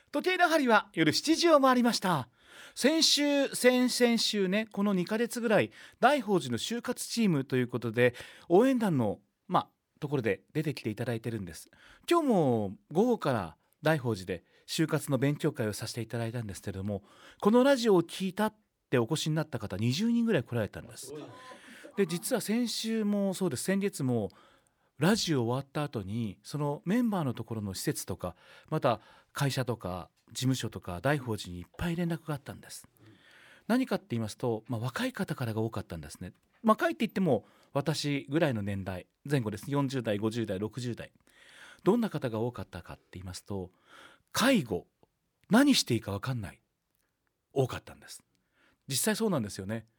時計の針は夜7時を回りました。先週ね、この2ヶ月ぐらい大宝寺の就活チームということで応援団のところで出てきていただいてるんです。今日も午後から大宝寺で就活の勉強会をさせていただいたんですけれども、このラジオを聞いたってお越しになった方20人ぐらい来られたんです。で実は先週もそうです、先月もラジオ終わった後にそのメンバーのところの施設とかまた会社とか事務所とか大宝寺にいっぱい連絡があったんです。何かって言いますと、若い方からが多かったんですね。若いって言っても私ぐらいの年代前後です。40代50代60代。どんな方が多かったかって言いますと、介護何していいか分かんない多かったんです。実際そうなんですよね。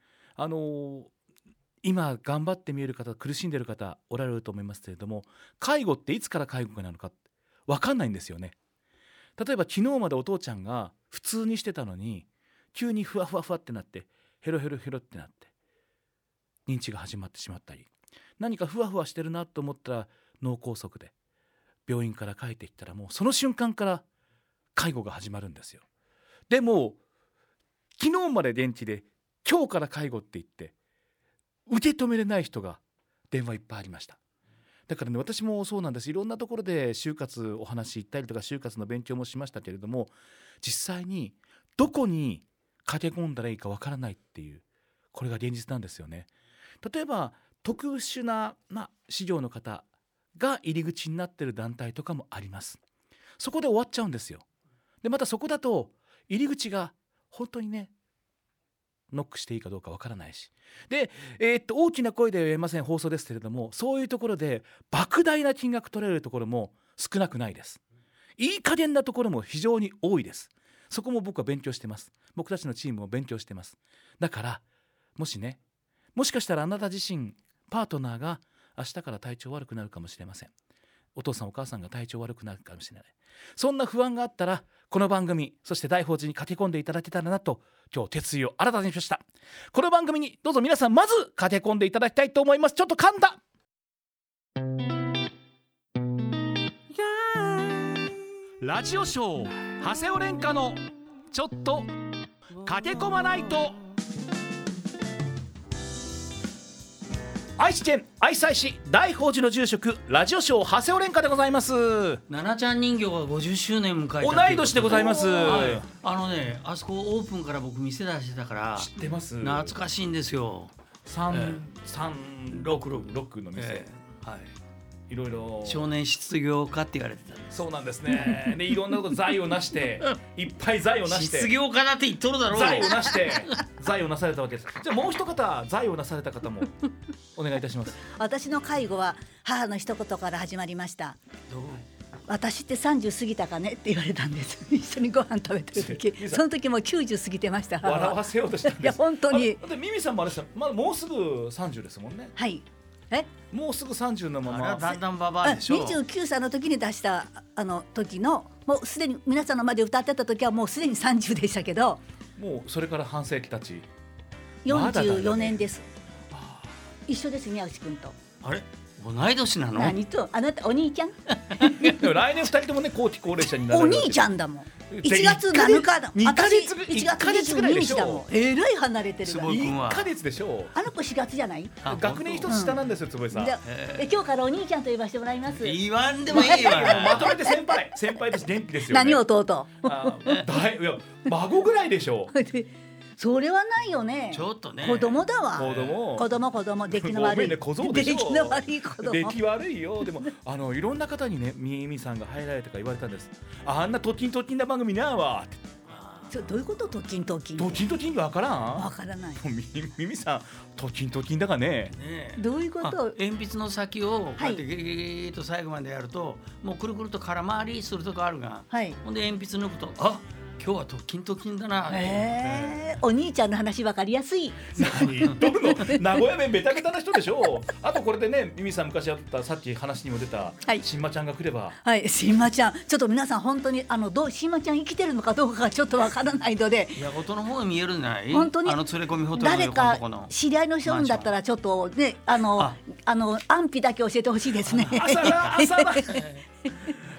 今頑張って見える方、苦しんでいる方おられると思いますけれども、介護っていつから介護なのか分かんないんですよね。例えば昨日までお父ちゃんが普通にしてたのに急にふわふわふわってなってヘロヘロヘロってなって認知が始まってしまったり、何かふわふわしてるなと思ったら脳梗塞で病院から帰ってきたら、もうその瞬間から介護が始まるんですよ。でも昨日まで元気で今日から介護って言って受け止めれない人が電話いっぱいありました。だからね、私もそうなんです。いろんなところで就活お話行ったりとか就活の勉強もしましたけれども、実際にどこに駆け込んだらいいかわからないっていう、これが現実なんですよね。例えば特殊な、事業の方が入り口になっている団体とかもあります。そこで終わっちゃうんですよ。でまたそこだと入り口が本当にねノックしていいかどうかわからないし、で、大きな声では言えません放送ですけれども、そういうところで莫大な金額取れるところも少なくないです。いい加減なところも非常に多いです。そこも僕は勉強してます。僕たちのチームも勉強してます。だからもしかしたらあなた自身パートナーが明日から体調悪くなるかもしれません。お父さんお母さんが体調悪くなるかもしれない。そんな不安があったらこの番組、そして大宝寺に駆け込んでいただけたらなと今日決意を新たにしました。この番組にどうぞ皆さんまず駆け込んでいただきたいと思います。ちょっと噛んだ。ラジオショー長谷尾廉歌のちょっと駆け込まないと。愛知県愛西市大宝寺の住職ラジオショー長谷尾廉歌でございます。 奈々ちゃん人形が50周年迎えた同い年でございます。 あそこオープンから僕店出してたから知ってます。 懐かしいんですよ。 366の店、いろいろ少年失業家って言われてたんです。 そうなんですね。でいろんなこと財を成していっぱい財を成して失業家だって言っとるだろう。 財を成して財をなされたわけです。じゃあもう一方財をなされた方もお願いいたします。 私の介護は母の一言から始まりました。私って30過ぎたかねって言われたんです。一緒にご飯食べてる時、その時も90過ぎてました。 笑わせようとしたんです。 いや本当に。 だってミミさんもあれですよ、もうすぐ30ですもんね。 はい。 もうすぐ30のまま。 だんだんババアでしょ。 29歳の時に出した時のもうすでに皆さんの前で歌ってた時はもうすでに30でしたけど、 もうそれから半世紀経ち 44年です。一緒です宮内君と。 あれ同い年なの？ 何とあなたお兄ちゃん？ でも来年2人ともね後期高齢者になる。 お兄ちゃんだもん。1月7日だもん。 2ヶ月 22日だもん。えらい離れてるから。 1ヶ月でしょ。 あの子4月じゃない？ 学年一つ下なんですよ、坪井さん。 今日からお兄ちゃんと呼ばせてもらいます。 言わんでもいいわ。 まとめて先輩です。元気ですよね。 何弟？ いや孫ぐらいでしょう。 それはないよね。 ちょっとね。 子供だわ。子供出来の悪い。出来の悪い子供。 出来悪いよ。でもいろんな方にね、みみさんが入られたか言われたんです。あんなトキンな番組なわって。 どういうこと？トキンわからん？ わからない。 みみさんトキンだがね。 どういうこと？ 鉛筆の先をこうやってゲゲゲゲと最後までやると、もうくるくると空回りするとこあるが、ほんで鉛筆抜くと今日はトキンだな。 お兄ちゃんの話分かりやすい。 何言っとるの。名古屋弁ベタベタな人でしょ。あとこれでね、ミミさん昔やったさっき話にも出た新馬ちゃんが来れば。 新馬ちゃん、ちょっと皆さん本当に新馬ちゃん生きてるのかどうかがちょっと分からないので。 いや音の方が見えるんじゃない？ 本当に。 連れ込みホテルの誰か知り合いの人だったらちょっとね安否だけ教えてほしいですね。 朝だ。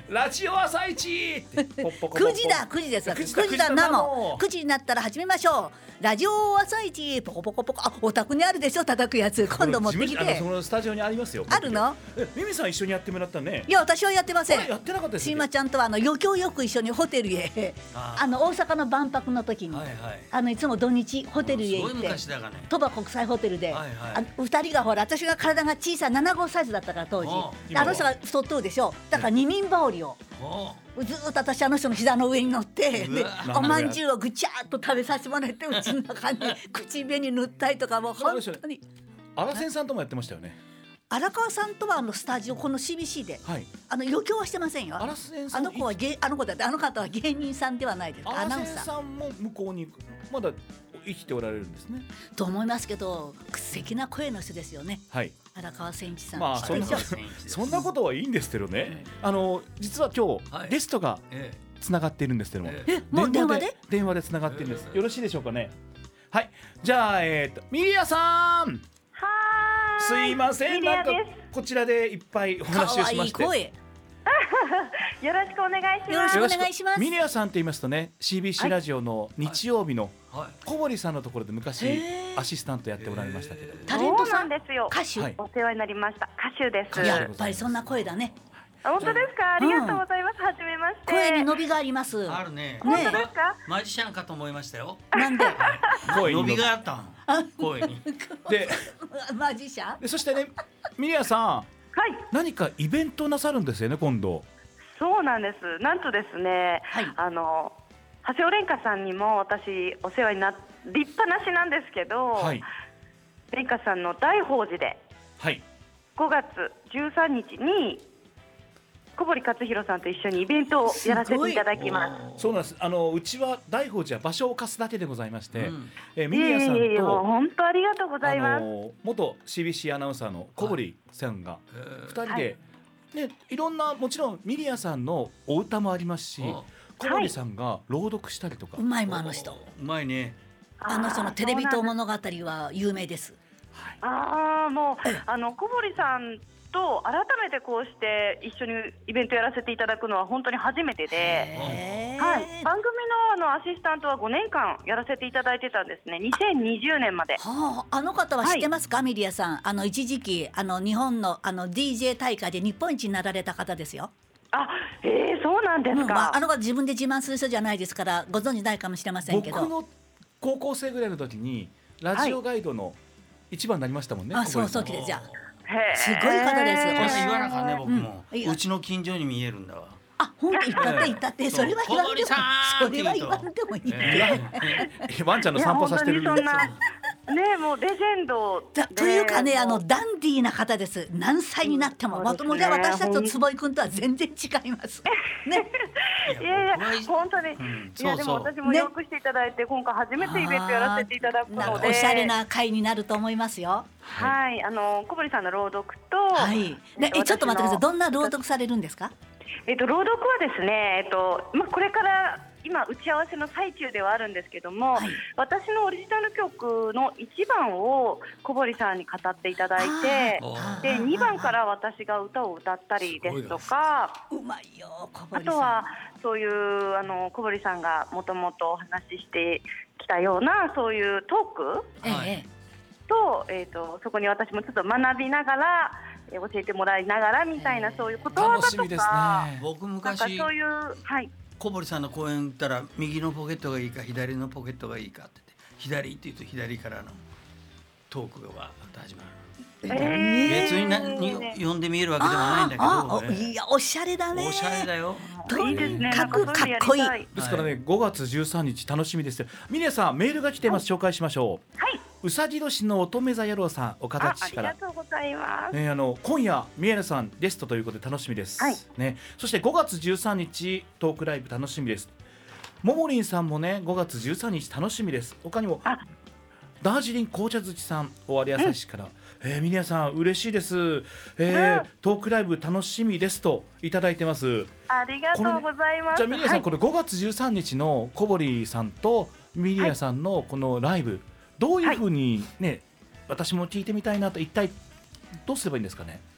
ラジオ朝一ってポッポコポッポ 9時だ9時です9時だ生9時になったら始めましょう。ラジオ朝一ポコポコポコ。あ、お宅にあるでしょ叩くやつ。今度持ってきて。 そのスタジオにありますよ。 あるの？ ミミさん一緒にやってもらったね。 いや私はやってません。 やってなかったですね。 シーマちゃんとは余興よく一緒にホテルへ大阪の万博の時に、いつも土日ホテルへ行って鳥羽国際ホテルで、2人がほら私が体が小さい7号サイズだったから当時あの人が太っとるでしょ。だから二人羽織をずっと私あの人の膝の上に乗ってでおまんじゅうをぐちゃっと食べさせてもらってうちの中に口紅塗ったりとかもう本当に。 荒仙さんともやってましたよね。 荒川さんとはスタジオこの CBC で、余興はしてませんよ。あの子はあの子だってあの方は芸人さんではないです。アナウンサー。 荒仙さんも向こうにまだ生きておられるんですね。 と思いますけど素敵な声の人ですよね。 はい。 荒川千一さん。 まあそんなことはいいんですけどね。実は今日ゲストがつながっているんですけども、 もう電話でつながっているんです。よろしいでしょうかね。はい。じゃあミリアさん。すいません、なんかこちらでいっぱいお話をしまして。 よろしくお願いします。 よろしくお願いします。 ミリアさんと言いますとね、CBC ラジオの日曜日の小堀さんのところで昔アシスタントやっておられましたけど。 タレントさんですよ。 歌手。 お世話になりました。歌手です。 やっぱりそんな声だね。 本当ですか。ありがとうございます。はじめまして。 声に伸びがあります。 あるね。 本当ですか。 マジシャンかと思いましたよ。 なんで？ 伸びがあったの。声に。 で、 マジシャン？ そしてね、ミリアさん、 はい。 何かイベントなさるんですよね、今度。 そうなんです。なんとですね、長谷尾蓮華さんにも私お世話になっ立派なしなんですけど、蓮華さんの大宝寺で5月13日に小堀克弘さんと一緒にイベントをやらせていただきます。 そうなんです。うちは大宝寺は場所を貸すだけでございまして、ミリアさんと本当ありがとうございます。 元 CBC アナウンサーの小堀さんが2人で、いろんなもちろんミリアさんのお歌もありますし、小堀さんが朗読したりとか。 うまいもんあの人。 うまいね。 そのテレビ塔物語は有名です。 もう小堀さんと改めてこうして一緒にイベントやらせていただくのは本当に初めてで、番組のアシスタントは5年間やらせていただいてたんですね。2020年まで。 あの方は知ってますか、ミリアさん。一時期日本のDJ 大会で日本一になられた方ですよ。 そうなんですか。 あの方自分で自慢する人じゃないですからご存じないかもしれませんけど、 僕の高校生ぐらいの時にラジオガイドの一番になりましたもんね。 そうそうじゃすごい方です。 言わなかね、僕もうちの近所に見えるんだわ。 本当言ったってそれは言わんでもそれは言わんでもいい。 ワンちゃんの散歩させてる。 もうレジェンドというかね、ダンディーな方です。何歳になっても私たちと坪井君とは全然違いますね。 いや本当に。でも私もよくしていただいて今回初めてイベントやらせていただくので、 おしゃれな会になると思いますよ。 小堀さんの朗読と、 ちょっと待ってください。どんな朗読されるんですか？ 朗読はですね、これから今打ち合わせの最中ではあるんですけども、私のオリジナル曲の1番を小堀さんに語っていただいて、で2番から私が歌を歌ったりですとか、 うまいよ小堀さん。あとはそういう小堀さんがもともとお話ししてきたようなそういうトークと、そこに私もちょっと学びながら教えてもらいながらみたいな、そういう言葉とか、 僕昔そういう小堀さんの講演行ったら右のポケットがいいか左のポケットがいいかって左って言うと左からのトークがわーっと始まる。別に読んで見えるわけでもないんだけど、 いやおしゃれだね。 おしゃれだよ。 とにかくかっこいい。 ですからね、5月13日楽しみです。ミリアさんメールが来てます。紹介しましょう。うさぎ年の乙女座野郎さん、岡田市から。 ありがとうございます。 今夜ミエラさんゲストということで楽しみです。そして5月13日トークライブ楽しみです。ももりんさんもね5月13日楽しみです。他にもダージリン紅茶土さん、尾張旭市から。ミリアさん嬉しいです。トークライブ楽しみですといただいてます。 ありがとうございます。 じゃあミリアさん、これ5月13日の小堀さんとミリアさんのこのライブ、どういうふうにね、私も聞いてみたいなと、一体どうすればいいんですかね。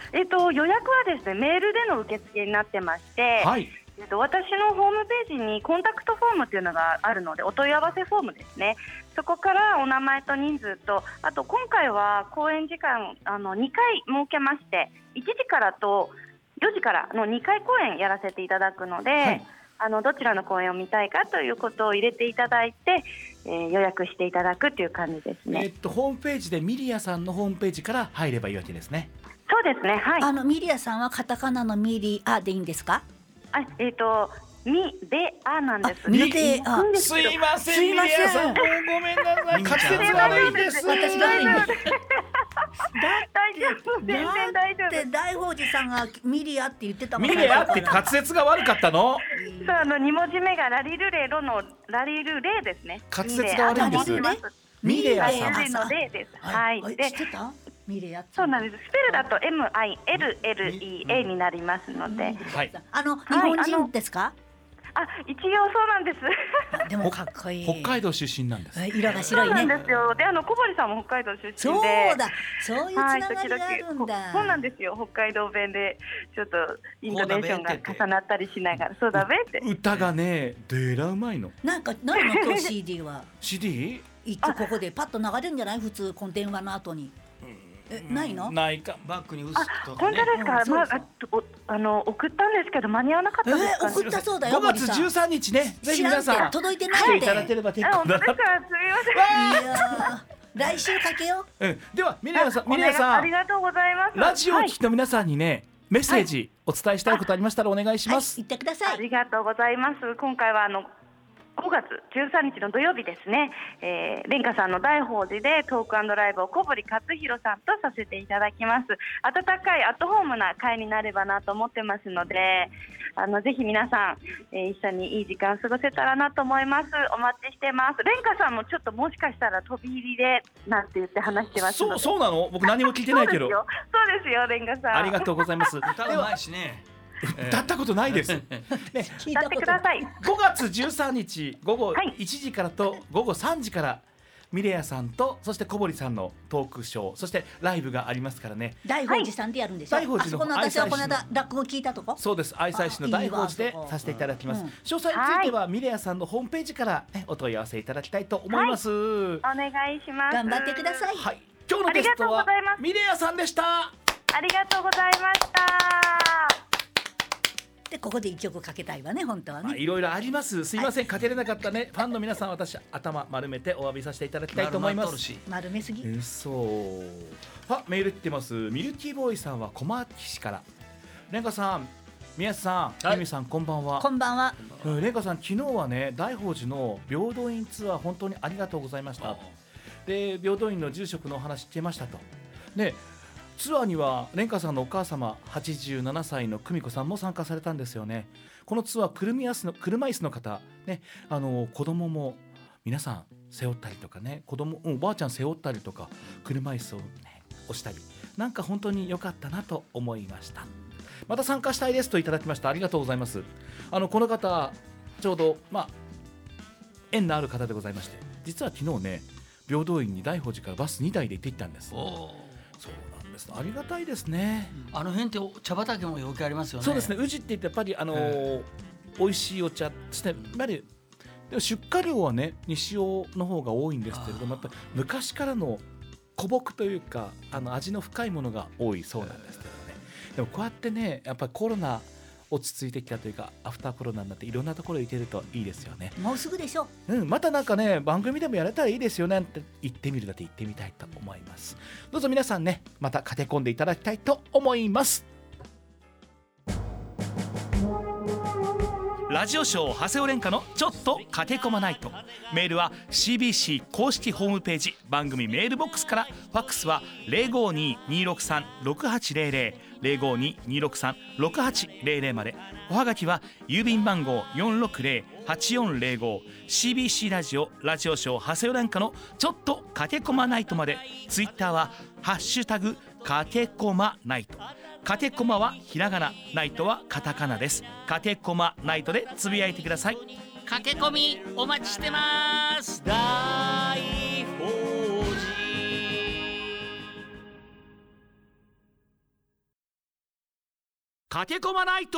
予約はですねメールでの受付になってまして、はい、私のホームページにコンタクトフォームというのがあるので、お問い合わせフォームですね、そこからお名前と人数と、あと今回は公演時間2回設けまして、1時からと4時からの2回公演やらせていただくので、はい、どちらの公演を見たいかということを入れていただいて、予約していただくという感じですね。 ホームページでミリアさんのホームページから入ればいいわけですね。 そうですね、はい。 ミリアさんはカタカナのミリアでいいんですか？ ミデアなんです。 ミデア。すいません、ミリアさん、ごめんなさい。滑舌悪いです。 私がいい。 大丈夫、全然大丈夫。 だって大宝寺さんがミリアって言ってたもん。 ミリアって滑舌が悪かったの？ そう、2文字目がラリルレロのラリルレですね。 滑舌が悪いんです。ミレアさん。 のレです。はい。 で、知ってた？ミレア。 そうなんです。スペルだと MILLEA になりますので。 はい。 日本人ですか？ 一応そうなんです。 でもかっこいい。 北海道出身なんです。 色が白いね。 そうなんですよ。で、小堀さんも北海道出身で。 そうだ。そういうつながりがあるんだ。 そうなんですよ。北海道弁でちょっとイントネーションが重なったりしながら、そうだべって。 歌がね、でらうまいの。 なんかないの今日 CD は。 CD？ いつここでパッと流れるんじゃない？普通この電話の後に。ないの？ ないか。 バックに映すとかね。本当ですか？送ったんですけど間に合わなかったですかね。 送ったそうだよ。 5月13日ね。ぜひ皆さん届いてない来ていただければ結構だな。 すみません。 いや来週かけよう。ではミレアさん、ありがとうございます。 ラジオを聞きの皆さんにね、メッセージお伝えしたいことありましたらお願いします。 言ってください。 ありがとうございます。今回は5月13日の土曜日ですね、蓮華さんの大宝寺でトーク&ライブを小堀克弘さんとさせていただきます。温かいアットホームな会になればなと思ってますので、ぜひ皆さん、一緒にいい時間過ごせたらなと思います。お待ちしてます。蓮華さんもちょっともしかしたら飛び入りでなんて言って話してますので。 そうなの？僕何も聞いてないけど。 そうですよ蓮華さん。 ありがとうございます。 歌うまいしね。 歌ったことないです。ね、 歌ってください。 5月13日午後1時からと午後3時からミレアさんとそして小堀さんのトークショー、そしてライブがありますからね。 大宝寺さんでやるんでしょ。 大宝寺の私はこの間落語聞いたとこ。 そうです。愛妻市の大宝寺でさせていただきます。詳細についてはミレアさんのホームページからお問い合わせいただきたいと思います。 お願いします。 頑張ってください。 はい。今日のゲストはミレアさんでした。 ありがとうございました。 でここで一曲かけたいわね、本当はね。 いろいろあります。すいません、かけれなかったね。ファンの皆さん、私頭丸めてお詫びさせていただきたいと思います。 丸めすぎ。 そう。メール来てます。ミルキーボーイさんは小牧市から。蓮華さん、宮津さん、由美さん、こんばんは。 こんばんは。 蓮華さん、昨日はね、大宝寺の平等院ツアー本当にありがとうございました。で、平等院の住職のお話聞けましたと。でツアーには蓮華さんのお母様87歳の久美子さんも参加されたんですよね。このツアー車椅子の方、ね、子供も皆さん背負ったりとかね、おばあちゃん背負ったりとか車椅子を、ね、押したり、なんか本当に良かったなと思いました。また参加したいですといただきました。ありがとうございます。この方ちょうど、縁のある方でございまして、実は昨日ね、平等院に大宝寺からバス2台で行って行ったんです。そうなんです。ありがたいですね。 あの辺って茶畑もよくありますよね。 そうですね。宇治って言ってやっぱり美味しいお茶してやっぱりでも出荷量はね西尾の方が多いんですけれども、やっぱり昔からの古木というか味の深いものが多いそうなんですけどね。でもこうやってね、やっぱりコロナ落ち着いてきたというか、アフターコロナになっていろんなところ行けるといいですよね。 もうすぐでしょ。 またなんかね、番組でもやれたらいいですよねって言ってみるだって行ってみたいと思います。どうぞ皆さんね、また駆け込んでいただきたいと思います。ラジオショー長谷尾廉歌のちょっと駆け込まないと。メールは CBC 公式ホームページ番組メールボックスから。ファックスは 052-263-6800 052-263-6800 まで。おはがきは郵便番号 460-8405 CBC ラジオラジオショー長谷尾廉歌のちょっと駆け込まないとまで。ツイッターはハッシュタグ駆け込まないと。駆け込まはひらがな、ナイトはカタカナです。駆け込まナイトでつぶやいてください。 駆け込みお待ちしてます。大宝駆け込まないと。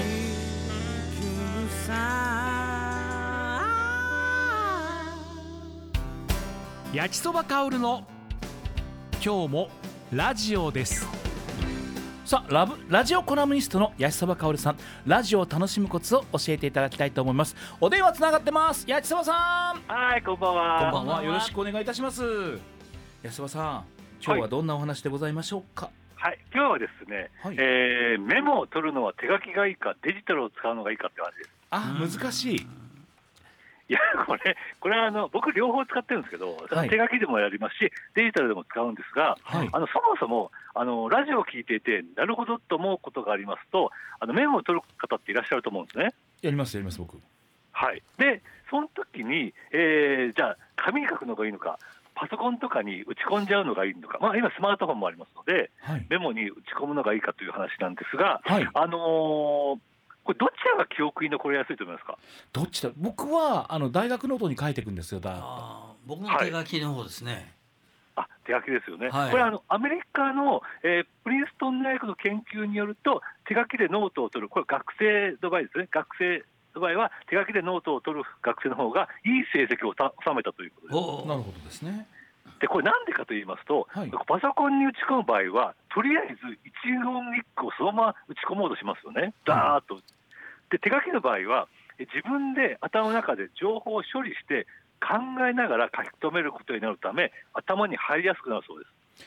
焼きそば香るの今日もラジオです。 さあラジオコラムニストの八木そばかおるさん、ラジオを楽しむコツを教えていただきたいと思います。お電話つながってます。八木そばさん。 はい、こんばんは。 こんばんは。よろしくお願いいたします。八木そばさん、今日はどんなお話でございましょうか。 はい、今日はですね、はい、メモを取るのは手書きがいいかデジタルを使うのがいいかって話です。 難しい。 いやこれは僕両方使ってるんですけど、はい、手書きでもやりますしデジタルでも使うんですが、はい、そもそもラジオを聞いていてなるほどと思うことがありますと、メモを取る方っていらっしゃると思うんですね。 やります僕。 はい。でその時に、じゃあ紙に書くのがいいのかパソコンとかに打ち込んじゃうのがいいのか、今スマートフォンもありますので、はい、メモに打ち込むのがいいかという話なんですが、はい、これどちらが記憶に残りやすいと思いますか。 どっちだ。僕は大学ノートに書いていくんですよ。 僕も手書きの方ですね。 手書きですよね。はい、これアメリカの、プリンストン大学の研究によると手書きでノートを取る、これ学生の場合ですね。学生の場合は手書きでノートを取る学生の方がいい成績を収めたということです。 なるほどですね。 でこれなんでかと言いますと、はい、パソコンに打ち込む場合はとりあえず一言一句をそのまま打ち込もうとしますよね。ダーッと。で手書きの場合は自分で頭の中で情報を処理して考えながら書き留めることになるため頭に入りやすくなるそうです。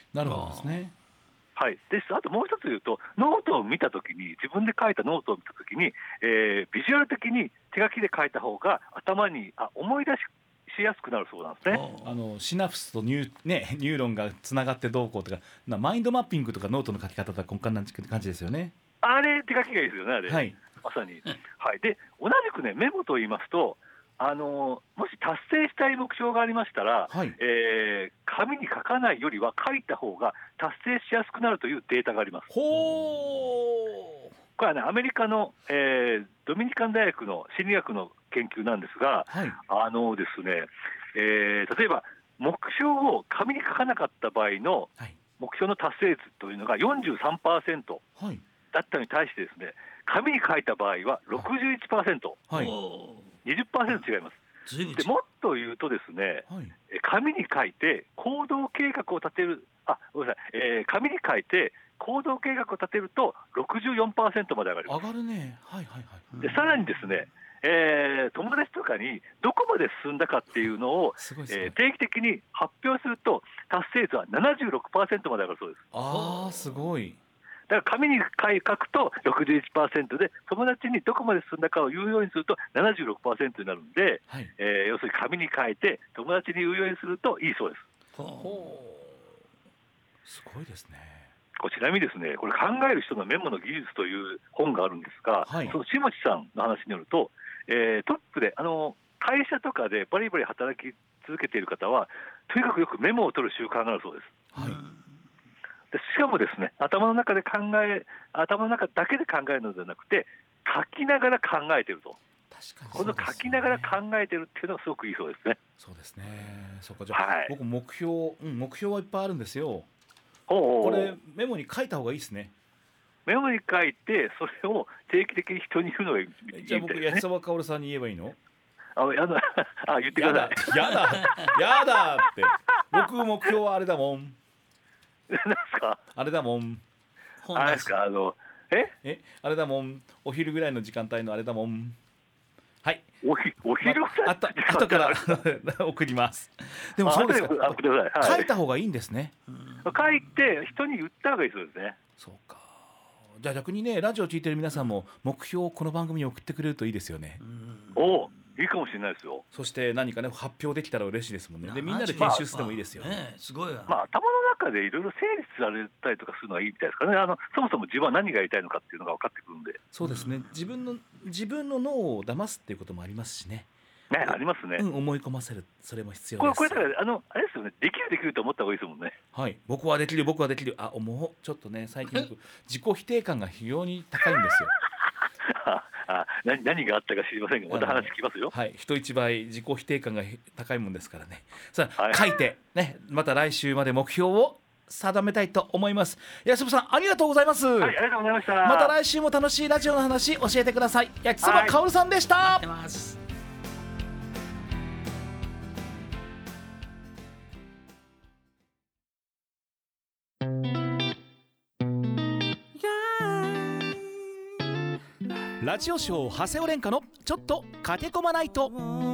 なるほどですね。 はい。であともう一つ言うと、ノートを見たときに自分で書いたノートを見たときに、ビジュアル的に手書きで書いた方が頭に思い出しやすくなるそうなんですね。 シナプスとニューロンがつながってどうこうとかマインドマッピングとかノートの書き方とかこんな感じですよね。 あれ手書きがいいですよね。あれ、はい、まさに、はい。で同じくねメモと言いますともし達成したい目標がありましたら、はい、紙に書かないよりは書いた方が達成しやすくなるというデータがあります。これはねアメリカの、ドミニカン大学の心理学の研究なんですが、はい、ですね、例えば目標を紙に書かなかった場合の目標の達成率というのが 43% だったのに対してですね、紙に書いた場合は 61%、はい、20% 違います。でもっと言うとですね、はい、紙に書いて行動計画を立てるごめんなさい、紙に書いて行動計画を立てると 64% まで上がります。 上がるね。はいはいはい。 でさらにですね、友達とかにどこまで進んだかっていうのを、定期的に発表すると達成率は 76% まで上がるそうです。 すごい。 だから紙に書くと 61% で友達にどこまで進んだかを言うようにすると 76% になるんで、はい、要するに紙に書いて友達に言うようにするといいそうです。 すごいですね。 ちなみにですね、これ考える人のメモの技術という本があるんですが、はい、その下地さんの話によると、トップで会社とかでバリバリ働き続けている方はとにかくよくメモを取る習慣があるそうです。はい。でしかもですね、頭の中だけで考えるのではなくて書きながら考えていると。確かに、ね、この書きながら考えているっていうのがすごくいいそうですね。 そうですね。そこじゃあ、はい、僕目標はいっぱいあるんですよ。これメモに書いた方がいいですね。 メモに書いてそれを定期的に人に言うのがいいみたいですね。 じゃあ僕八木そばかおるさんに言えばいいの？ やだ言ってください。 やだって僕目標はあれだもん。 何ですか？ あれだもん。 あれですか？ あれだもん。お昼ぐらいの時間帯のあれだもん。はい。 お昼ぐらい後から送ります。でもそうですか。書いた方がいいんですね。 書いて人に言った方がいいそうですね。 そうか。じゃあ逆にね、ラジオを聞いてる皆さんも目標をこの番組に送ってくれるといいですよね。 いいかもしれないですよ。 そして何かね発表できたら嬉しいですもんね。でみんなで研修してもいいですよね。 すごいわ。 頭の中でいろいろ整理されたりとかするのがいいみたいですからね。そもそも自分は何がやりたいのかっていうのが分かってくるんで。 そうですね。自分の脳を騙すっていうこともありますしね。 ありますね。 思い込ませる、それも必要です。 これだからあれですよね。できると思った方がいいですもんね。 はい。僕はできる。もうちょっとね最近自己否定感が非常に高いんですよ。 何があったか知りませんがまた話聞きますよ。 はい。人一倍自己否定感が高いもんですからね。さあ、はい、書いてねまた来週まで目標を定めたいと思います。焼きそばさん、ありがとうございます。 はい、ありがとうございました。 また来週も楽しいラジオの話教えてください。焼きそばかおるさんでした。 待ってます。 ラジオショー長谷尾廉歌のちょっと駆け込まないと。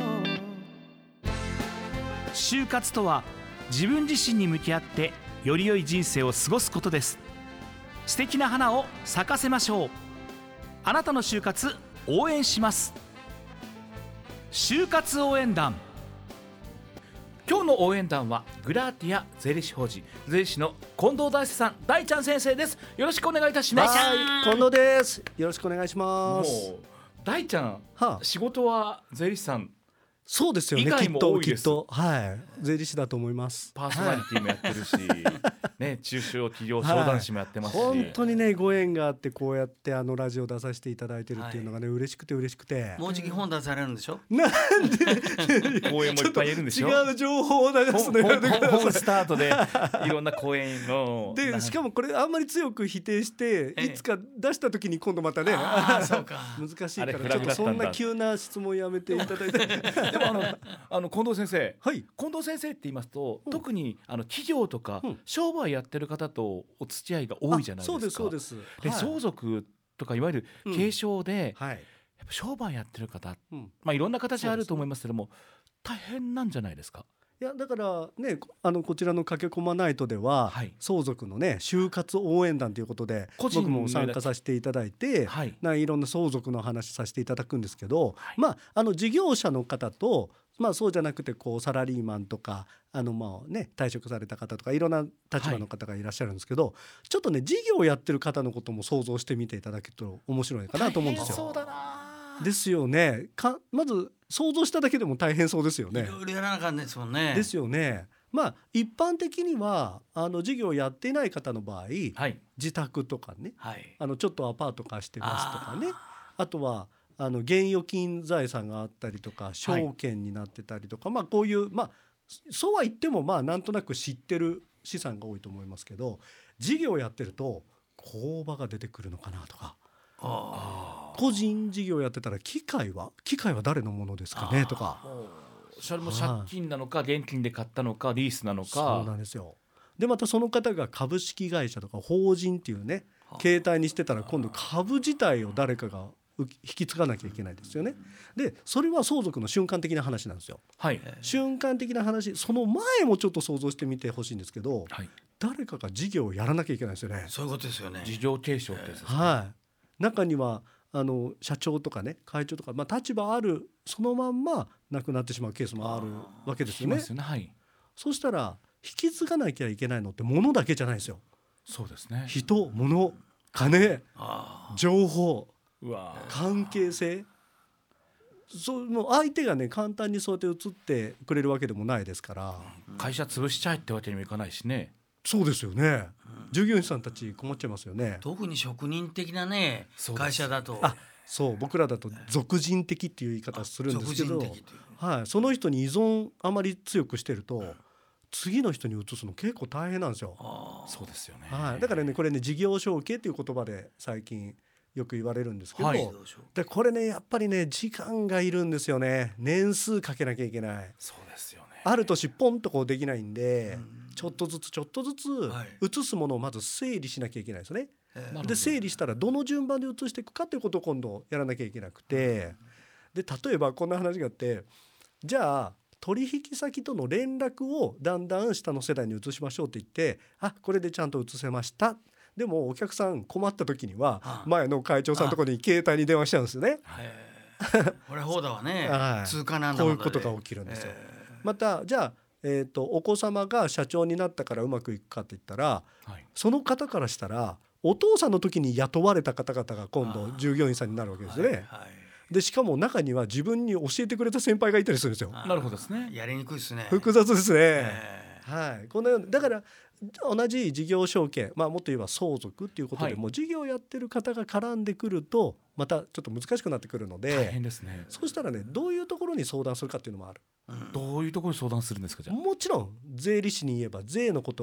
就活とは自分自身に向き合ってより良い人生を過ごすことです。素敵な花を咲かせましょう。あなたの就活応援します。就活応援団。今日の応援団はグラーティア税理士法人税理士の近藤大輔さん、大ちゃん先生です。よろしくお願いいたします。 近藤です。よろしくお願いします。 もう大ちゃん、仕事は税理士さんそうですよね。 以外も多いです。 きっと税理士だと思います。 パーソナリティもやってるし、ね、中小企業相談士もやってますし、 本当にねご縁があってこうやってラジオ出させていただいてるっていうのがね、嬉しくてもうじき本出されるんでしょ。 なんで講演もいっぱいいるんでしょ。 違う情報を流すのやめてください。 本スタートでいろんな講演のでしかもこれあんまり強く否定していつか出した時に今度またねそうか難しいからちょっとそんな急な質問やめていただいてでも近藤先生、 はい、 近藤先生って言いますと、特に企業とか、商売やってる方とお付き合いが多いじゃないですか。 そうです。 で、相続とかいわゆる継承で、やっぱ商売やってる方、いろんな形あると思いますけども、大変なんじゃないですか。 いやだからねこちらの駆け込まナイトでは、相続のね就活応援団ということで僕も参加させていただいて、いろんな相続の話させていただくんですけど、事業者の方とそうじゃなくてサラリーマンとか退職された方とかいろんな立場の方がいらっしゃるんですけど、ちょっとね事業をやってる方のことも想像してみていただけると面白いかなと思うんですよ。 そうだなですよね。まず想像しただけでも大変そうですよね。 いろいろやらなあかんですもんね。 ですよね。一般的には事業をやっていない方の場合、自宅とかね、ちょっとアパート貸してますとかね、あとは現預金財産があったりとか証券になってたりとか、こういうそうは言ってもなんとなく知ってる資産が多いと思いますけど、事業をやってると工場が出てくるのかなとか、個人事業やってたら機械は誰のものですかねとか、 それも借金なのか現金で買ったのかリースなのか。 そうなんですよ。でまたその方が株式会社とか法人っていうね形態にしてたら、今度株自体を誰かが引き継がなきゃいけないですよね。でそれは相続の瞬間的な話なんですよ。瞬間的な話、その前もちょっと想像してみてほしいんですけど、誰かが事業をやらなきゃいけないですよね。 そういうことですよね。 事業継承ってですね。 中には社長とかね会長とか、立場あるそのまんま亡くなってしまうケースもあるわけですよね。そうしたら引き継がなきゃいけないのって物だけじゃないですよ。 そうですね。 人、物、金、情報、関係性、の相手がね簡単にそうやって移ってくれるわけでもないですから、 会社潰しちゃえってわけにもいかないしね。 そうですよね。従業員さんたち困っちゃいますよね。 特に職人的なね会社だと、 僕らだと属人的っていう言い方するんですけど、その人に依存あまり強くしてると、次の人に移すの結構大変なんですよ。 そうですよね。 だからねこれね事業承継っていう言葉で最近よく言われるんですけど、でこれねやっぱりね時間がいるんですよね。年数かけなきゃいけない。 そうですよね。 ある年ポンとできないんで、ちょっとずつ移すものをまず整理しなきゃいけないですね。で整理したらどの順番で移していくかということを今度やらなきゃいけなくて、で例えばこんな話があって、じゃあ取引先との連絡をだんだん下の世代に移しましょうって言って、これでちゃんと移せました。でもお客さん困った時には前の会長さんのところに携帯に電話しちゃうんですよね。 これほうだわね。通貨なんだこういうことが起きるんですよ。またじゃあお子様が社長になったからうまくいくかって言ったら、その方からしたらお父さんの時に雇われた方々が今度従業員さんになるわけですよね。でしかも中には自分に教えてくれた先輩がいたりするんですよ。 なるほどですね。 やりにくいですね。 複雑ですね。このようにだから同じ事業承継、もっと言えば相続っていうことでも、事業をやってる方が絡んでくるとまたちょっと難しくなってくるので、 大変ですね。 そうしたらねどういうところに相談するかっていうのもある。 どういうところに相談するんですか。じゃあもちろん税理士に言えば税のことは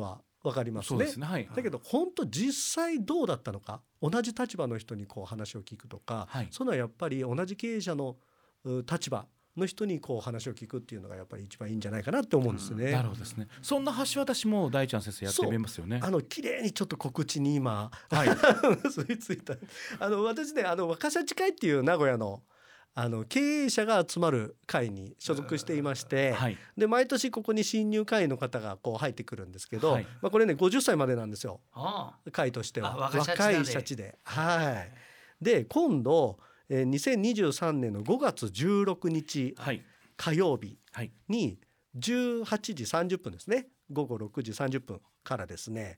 分かりますね。 そうですね、はい、 だけど本当実際どうだったのか、同じ立場の人にこう話を聞くとか、はい、そのはやっぱり同じ経営者の立場の人にこう話を聞くっていうのがやっぱり一番いいんじゃないかなって思うんですね。 なるほどですね。そんな橋渡しも大ちゃん先生やってみますよね。 綺麗にちょっと告知に今、はい、結びついた私ね若社会っていう名古屋の経営者が集まる会に所属していまして、はい、で毎年ここに新入会員の方がこう入ってくるんですけど、はい、これね50歳までなんですよ、会としては若い社地で、はい、で今度2023年の5月16日、はい、火曜日に18時30分ですね、午後6時30分からですね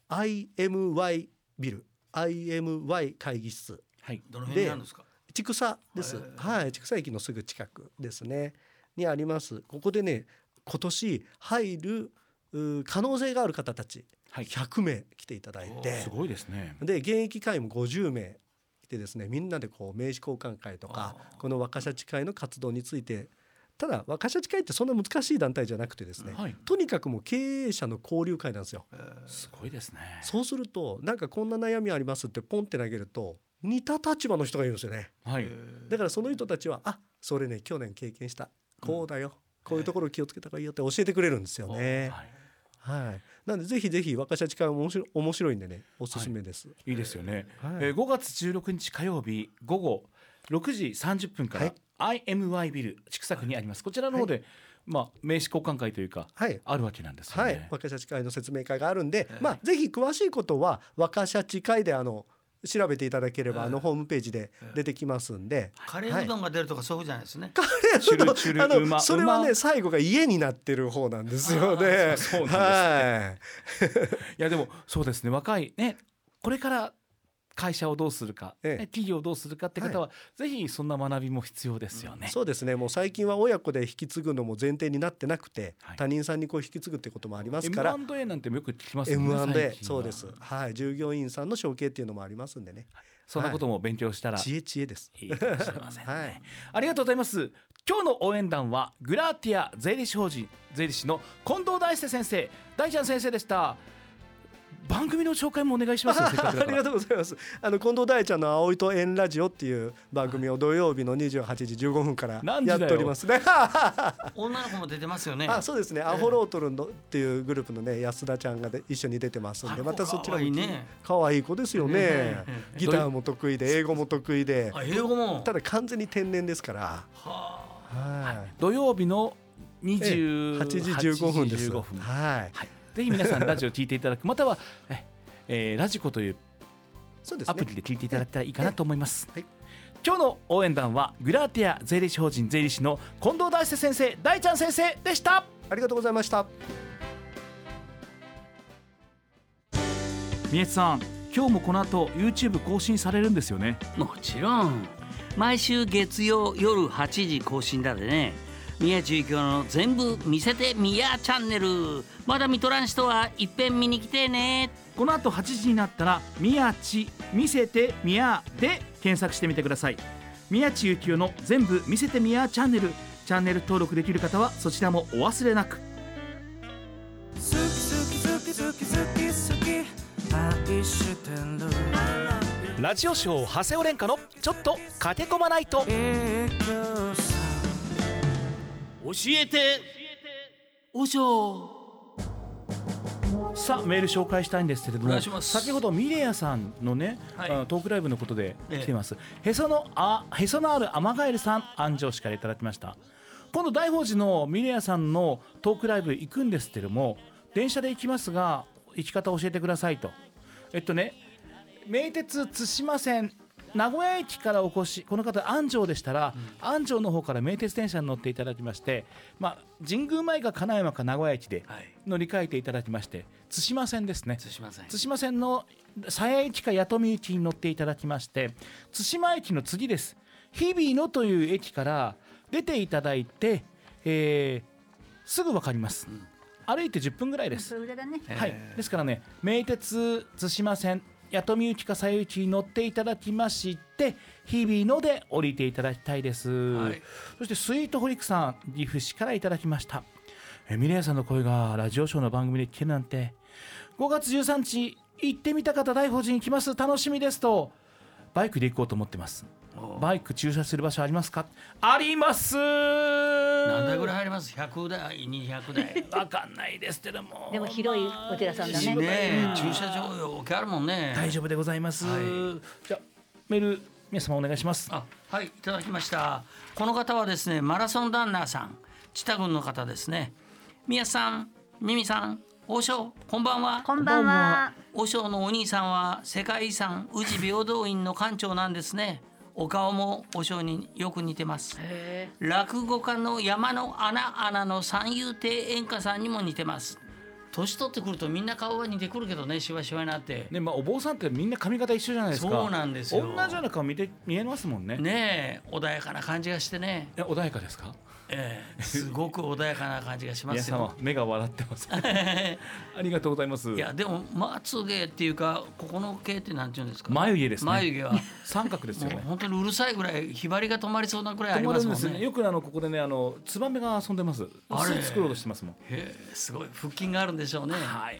IMY ビル IMY 会議室、 はい、どの辺にあるんですか？ 千種です、はい、千種駅のすぐ近くですねにあります。ここでね今年入る可能性がある方たち100名来ていただいて、 すごいですね。 で現役会員も50名来てですね、みんなでこう名刺交換会とかこの若社会の活動について、ただ若社会ってそんな難しい団体じゃなくてですね、はい、とにかくもう経営者の交流会なんですよ。 すごいですね。 そうするとなんかこんな悩みありますってポンって投げると似た立場の人がいるんですよね、はい、だからその人たちはそれね去年経験したこうだよ、こういうところ気をつけた方がいいよって教えてくれるんですよね、はいはい、なのでぜひぜひ若社会面白いんでねおすすめです、 はい、いいですよね、5月16日火曜日午後6時30分から、はい、IMY ビル千種区にあります、こちらの方で、名刺交換会というか、あるわけなんですよね、はい、 若社会の説明会があるんで、ぜひ詳しいことは若社会で調べていただければホームページで出てきますんで、 カレーうどんが出るとかそういうじゃないですね。 カレーうどんそれはね最後が家になってる方なんですよね。 そうなんですね。いやでもそうですね、若いねこれから会社をどうするか、企業をどうするかって方は、ぜひそんな学びも必要ですよね、 そうですね。もう最近は親子で引き継ぐのも前提になってなくて、他人さんにこう引き継ぐってこともありますから、 M&A なんてよく聞きますよね。 M&A そうです、はい、従業員さんの承継っていうのもありますんでね、 そんなことも勉強したら、 知恵です。 いいかもしれませんね、ありがとうございます。今日の応援団はグラーティア税理士法人税理士の近藤大輔先生、大ちゃん先生でした。番組の紹介もお願いします。 ありがとうございます。近藤大ちゃんの葵と縁ラジオっていう番組を土曜日の28時15分からやっておりますね。 女の子も出てますよね。 そうですね、アホロートルンっていうグループのね安田ちゃんが一緒に出てますんで、またそちらも可愛い子ですよね。ギターも得意で英語も得意で、 英語もただ完全に天然ですから、 土曜日の28 時15分です。 はい、ぜひ皆さんラジオ聞いていただく、またはラジコというアプリで聞いていただいたらいいかなと思います、今日の応援団はグラーティア税理士法人税理士の近藤大輔先生、大ちゃん先生でした。 ありがとうございました。 宮地さん、今日もこの後 YouTube 更新されるんですよね。 もちろん、毎週月曜夜8時更新だでね。宮地幸雄の全部見せてみやチャンネル、まだ見とらん人はいっぺん見に来てね。 この後8時になったら宮地見せてみやで検索してみてください。宮地幸雄の全部見せてみやチャンネル、チャンネル登録できる方はそちらもお忘れなく。ラジオショー長谷尾廉歌のちょっと駆け込まないと。 教えておしょう。さあメール紹介したいんですけれども、先ほどミレヤさんのね、トークライブのことで来ています、へそのあるアマガエルさん、安城市からいただきました。今度大宝寺のミレヤさんのトークライブ行くんですけれども、電車で行きますが行き方教えてくださいと。名鉄津島線名古屋駅からお越し、この方安城でしたら、安城の方から名鉄電車に乗っていただきまして、神宮前か金山か名古屋駅で乗り換えていただきまして、津島線ですね、津島線の鞘駅か弥富駅に乗っていただきまして、津島駅の次です、日比野という駅から出ていただいて、すぐ分かります、歩いて10分ぐらいです。 それぐらいだね。 はい、ですからね、名鉄津島線弥富駅か鞘駅に乗っていただきまして、日比野で降りていただきたいです、そしてスイートホリックさん、岐阜市からいただきました。ミレイさんの声がラジオショーの番組で聞けるなんて、5 5月13日行ってみた方大宝寺に来ます、楽しみですと、バイクで行こうと思ってます。バイク駐車する場所ありますか？あります。 何台ぐらい入ります？100台200台分かんないですけども、 でも広いお寺さんだね。 駐車場よくあるもんね。 大丈夫でございます、じゃメール皆様お願いします。 はい、いただきました。この方はですね、マラソンランナーさん、知多郡の方ですね。宮さん、ミミさん、王将、こんばんは。 こんばんは。 王将のお兄さんは世界遺産宇治平等院の館長なんですね。お顔も王将によく似てます。落語家の山の穴の三遊亭演歌さんにも似てます。年取ってくるとみんな顔が似てくるけどね、しわしわになってね、お坊さんってみんな髪型一緒じゃないですか。 そうなんですよ。 同じような顔見えますもんね。 ねえ、穏やかな感じがしてね。 穏やかですか？ すごく穏やかな感じがしますよ。 皆様目が笑ってます、ね、ありがとうございます。 いやでもまつげっていうか、ここの毛ってなんていうんですか？ 眉毛ですね。 眉毛は三角ですよね。 本当にうるさいぐらい、ひばりが止まりそうなぐらいありますもんね。 よくここでね、ツバメが遊んでます。作ろうとしてますもん。 すごい腹筋があるんでしょうね。 はい、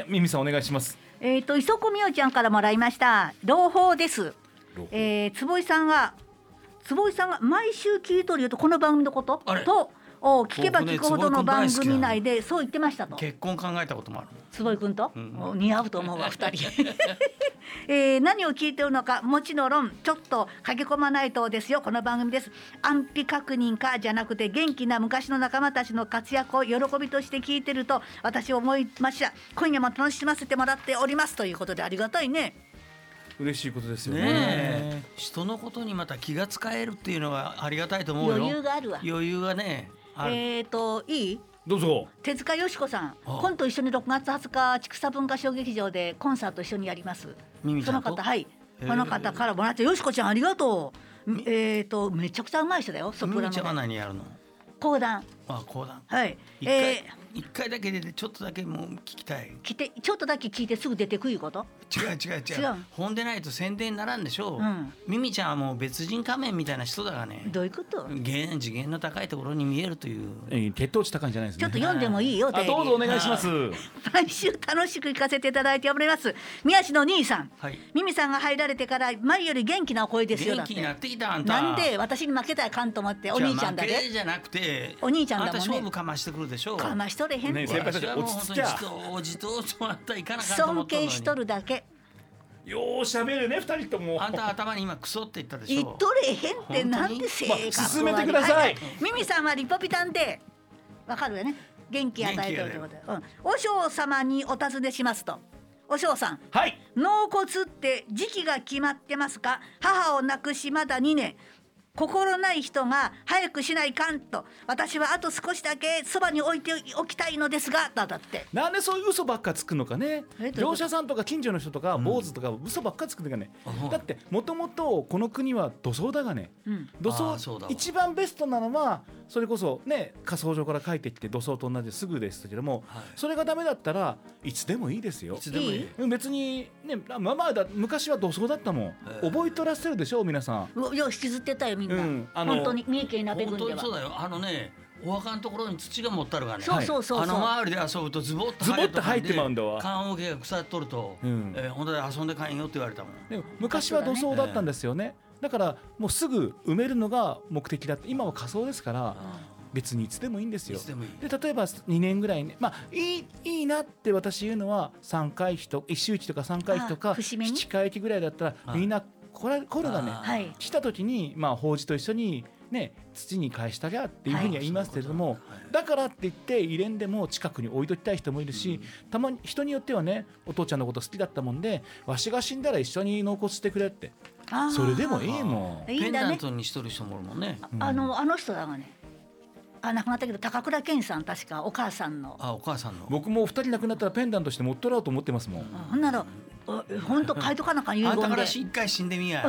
ミミさんお願いします。 磯子みおちゃんからもらいました。朗報です。坪井さんが毎週聞いとるよと、この番組のことと聞けば聞くほどの番組内でそう言ってましたと。 結婚考えたこともある。 坪井君と、似合うと思うわ2人何を聞いてるのか、もちろんちょっと駆け込まないとですよ。この番組です。安否確認かじゃなくて、元気な昔の仲間たちの活躍を喜びとして聞いてると私は思いました。今夜も楽しませてもらっておりますということで、ありがたいね。 嬉しいことですよね。 人のことにまた気が使えるっていうのはありがたいと思うよ。 余裕があるわ。 余裕がね。 いい？ どうぞ。 手塚よし子さん、今度一緒に6月20日千草文化小劇場でコンサート一緒にやります。その方、はい、この方からもらって、よしこちゃんありがとう。めちゃくちゃうまい人だよ、ソプラノで。 ミミちゃんは何やるの？ 講談。 講談。 はい。 一回だけ出てちょっとだけもう聞きたい。 ちょっとだけ聞いてすぐ出てくいうこと？ 違う。本でないと宣伝にならんでしょう。ミミちゃんはもう別人仮面みたいな人だがね。 どういうこと？ 次元の高いところに見えるという。 血糖値高いんじゃないですね。 ちょっと読んでもいいよ。 どうぞお願いします。 毎週楽しく聞かせていただいております。宮市の兄さん、ミミさんが入られてから前より元気な声ですよ。 元気になってきた。あんたなんで私に負けたらかんと思って。お兄ちゃんだね。 じゃなくてお兄ちゃんだもんね。 あんた勝負かましてくるでしょう。 かましとれへんね。 私はもう本当にじととあったいかなかと思ったのに。 尊敬しとるだけ。 ようしゃべるね、二人とも。 あんた頭に今クソって言ったでしょ。 言っとれへんってなんで性格進めてください。 ミミさんはリポビタンでわかるよね。元気与えてるということで。お嬢様にお尋ねしますと。お嬢さん、 はい、 納骨って時期が決まってますか？母を亡くしまだ2年。心ない人が早くしないかんと、私はあと少しだけそばに置いておきたいのですが、だって。 なんでそういう嘘ばっかつくのかね。業者さんとか近所の人とか坊主とか嘘ばっかつくのかね。だってもともとこの国は土葬だがね、土葬一番ベストなのはそれこそね、火葬場から帰ってきて土葬と同じすぐですけども、それがダメだったらいつでもいいですよ。別にね、昔は土葬だったもん。覚えとらせるでしょ皆さん。 よう引きずってたよみんな。本当に三重県鍋郡では。 本当にそうだよ。お墓のところに土が持ったるがね。 そう。 周りで遊ぶとズボッと入ってまうんだわ。 棺桶が腐っとると、本当に遊んで帰んよって言われたもん。 でも昔は土葬だったんですよね。だからもうすぐ埋めるのが目的だって。今は火葬ですから別にいつでもいいんですよ。で例えば2年ぐらいね、いいなって私言うのは3回忌と一周忌とか3回忌とか7回忌ぐらいだったらみんなこれがね、来た時に法事と一緒にね、土に返したりゃっていうふうには言いますけれども、だからって言って入れんでも近くに置いときたい人もいるし、たまに人によってはね、お父ちゃんのこと好きだったもんでわしが死んだら一緒に納骨してくれって、それでもいいもん。 ペンダントにしとる人もおるもんね。 あの人だがね、亡くなったけど高倉健さん、確かお母さんの。 僕も2人亡くなったらペンダントして持っとろうと思ってますもん。 ほんなら本当書いとかなかん遺言で。 あんたから一回死んでみや。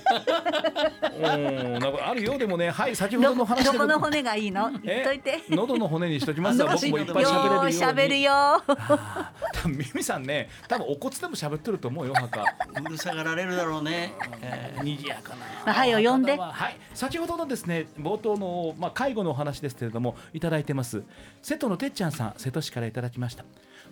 なんかあるようでもね。はい、先ほどの話でどこの骨がいいの言っといて。 喉の骨にしときますわ。僕もいっぱい喋れるように。 喋るよ。 ミミさんね、多分お骨でも喋ってると思うよ。墓うるさがられるだろうね。 賑やかな。 はい、を呼んで。 はい、先ほどのですね、冒頭の介護のお話ですけれどもいただいてます。瀬戸のてっちゃんさん、瀬戸市からいただきました。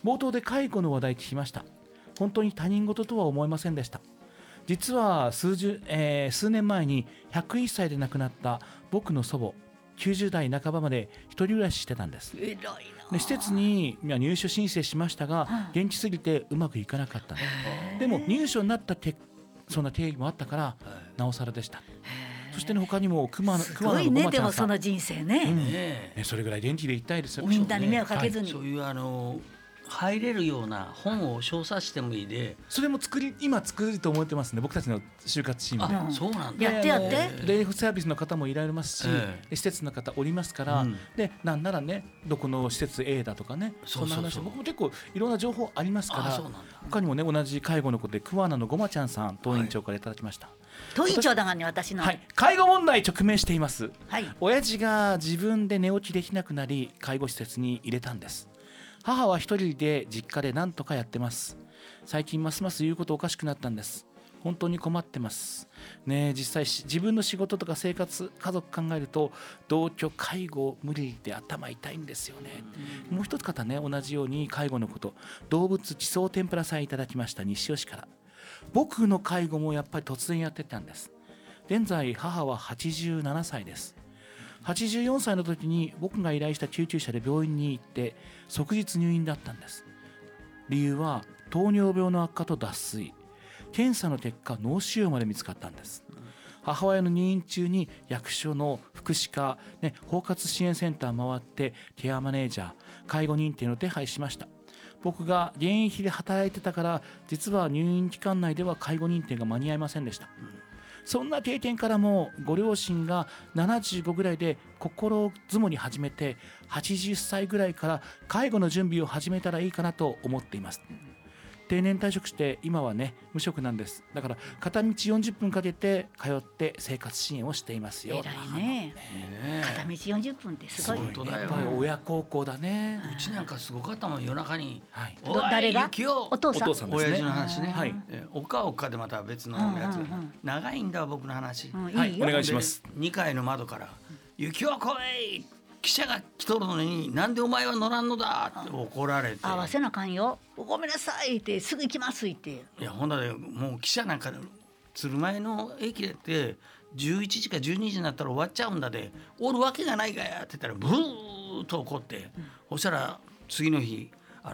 冒頭で介護の話題聞きました。本当に他人事とは思いませんでした。実は数年前に101歳で亡くなった僕の祖母、90代半ばまで一人暮らししてたんです。で施設に入所申請しましたが、元気すぎてうまくいかなかったの。でも入所になったそんな定義もあったからなおさらでした。そして他にも熊野のごまちゃんさん、すごいね。 でもその人生ね、 それぐらい元気でいたいですよ。 みんなに迷惑かけずに、 そういう入れるような本を小冊してもいいで、 それも今作ると思ってますね、僕たちの就活チームで。 そうなんだ。 やってレイフサービスの方もいられますし、施設の方おりますから、でなんならね、どこの施設 A だとかね、そんな話、僕も結構いろんな情報ありますから。他にもね、同じ介護のことで桑名のごまちゃんさん、当院長からいただきました。 当院長だがね、私の、 介護問題直面しています。親父が自分で寝起きできなくなり、介護施設に入れたんです。母は一人で実家で何とかやってます。最近ますます言うことおかしくなったんです。本当に困ってますね。実際自分の仕事とか生活、家族考えると同居介護無理で頭痛いんですよね。もう一つ方ね、同じように介護のこと、動物地層天ぷらさんいただきました。西尾市から。僕の介護もやっぱり突然やってたんです。現在母は87歳です。84歳の時に僕が依頼した救急車で病院に行って即日入院だったんです。理由は糖尿病の悪化と脱水。検査の結果脳腫瘍まで見つかったんです。母親の入院中に役所の福祉課、包括支援センター回ってケアマネージャー、介護認定の手配しました。僕が現役で働いてたから、実は入院期間内では介護認定が間に合いませんでした。そんな経験からも、ご両親が75ぐらいで心づもり始めて、80歳ぐらいから介護の準備を始めたらいいかなと思っています。定年退職して今はね、無職なんです。だから片道40分かけて通って生活支援をしていますよ。 偉いね。片道40分ってすごい。 本当だよ。 やっぱり親孝行だね。 うちなんかすごかったもん、夜中に。 誰が？お父さん。 親父の話ね。おかでまた別のやつ。長いんだ僕の話。 はい、お願いします。 2階の窓から雪を来い。記者が来とるのになんでお前は乗らんのだって怒られて、 合わせなあかんよ、ごめんなさいってすぐ行きますって。 いやほんだでもう記者なんか鶴舞の駅でって11時か12時になったら終わっちゃうんだで、おるわけがないがやって言ったらブーッと怒って、そしたら次の日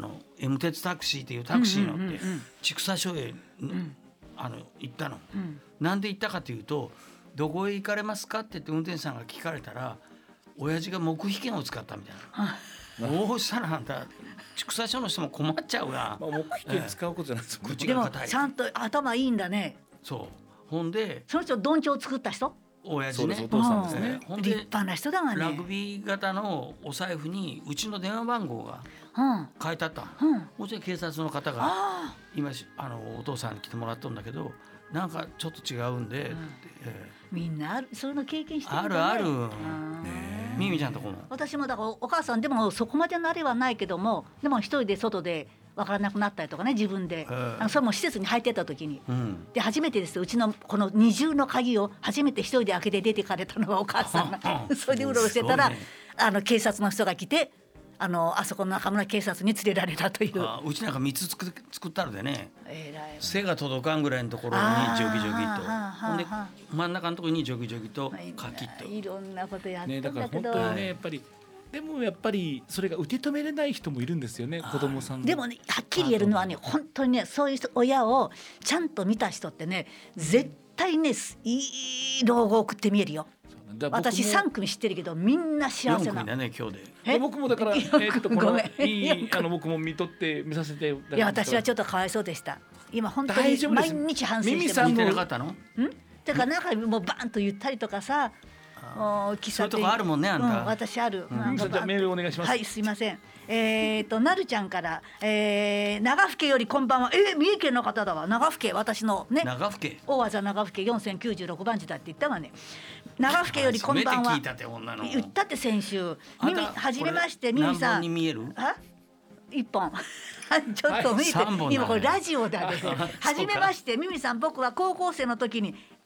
M 鉄タクシーっていうタクシー乗って千種署へ行ったの。なんで行ったかというと、どこへ行かれますかって言って運転手さんが聞かれたら、親父が黙秘権を使ったみたいな。どうしたらなんだ、畜産所の人も困っちゃうが、 黙秘権使うことじゃないですか。 でもちゃんと頭いいんだね。 そうほんでその人どんちょう作った人、 親父ね、お父さんですね。 立派な人だがね。 ラグビー型のお財布にうちの電話番号が書いてあった。もちろん警察の方が今お父さんに来てもらったんだけど、なんかちょっと違うんで、 みんなそういうの経験してるんだね。 あるミミちゃんとこも。 私もだからお母さんでもそこまでのあれはないけども、でも一人で外で分からなくなったりとかね、自分で、それも施設に入ってた時に、で初めてですよ、うちのこの二重の鍵を初めて一人で開けて出てかれたのがお母さんがそれでうろうろしてたら、警察の人が来て、あそこの中村警察に連れられたという。 うちなんか3つ作ったのでね、背が届かんぐらいのところにジョギジョギと、ほんで真ん中のところにジョギジョギとカキッと、 いろんなことやってんだけど、 だから本当にね、やっぱりでもやっぱりそれが受け止めれない人もいるんですよね、子供さん。 でもね、はっきり言えるのはね、本当にね、そういう親をちゃんと見た人ってね、絶対ね、いい老後を送って見えるよ。私3組知ってるけど、みんな幸せな。 4組だね今日で。 僕もだからちょっとこの僕も見させて。 いや私はちょっとかわいそうでした。今本当に毎日反省してます。 ミミさん見てなかったの？ だからなんかもうバンと言ったりとかさ、 そういうとこあるもんね、あんた。 私ある。 じゃあメールお願いします。 はい、すいません。なるちゃんから、長府家よりこんばんは。三重県の方だわ。長府家、私のね。 長府家。 大技長府家4096番地だって言ったわね。長府家よりこんばんは。 初めて聞いたって女の。 言ったって先週。はじめましてミミさん。 何本に見える？ 一本。ちょっと見て。今これラジオだで。はじめましてミミさん、僕は高校生の時に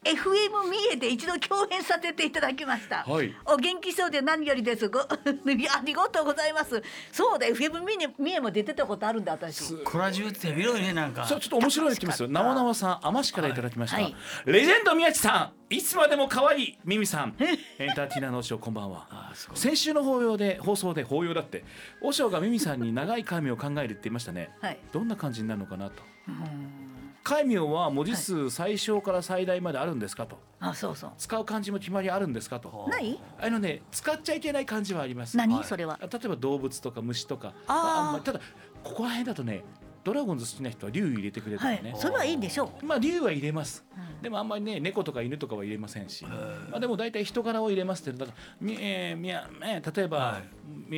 FM 三重で一度共演させていただきました、はい、お元気そうで何よりです。ありがとうございます。そうだ FM 三重も出てたことあるんだ私。 コラジュって広いねなんか。 そうちょっと面白いの来ますよ。なわなわさん天市からいただきました、はい、レジェンド宮地さんいつまでも可愛いミミさんエンターテイナーのおしょうこんばんは。先週の放送で法要だっておしょうがミミさんに長い戒名を考えるって言いましたね、はい、どんな感じになるのかなと。戒名は文字数最小から最大まであるんですかと。 そうそう。 使う漢字も決まりあるんですかと。 ない？ 使っちゃいけない漢字はあります。 何それは？ 例えば動物とか虫とか。ただここら辺だとねドラゴンズ好きな人は竜入れてくれるからね、 はい、それはいいんでしょう。 竜は入れます、でもあんまりね猫とか犬とかは入れませんし、でも大体人柄を入れますってだから例えば、はい、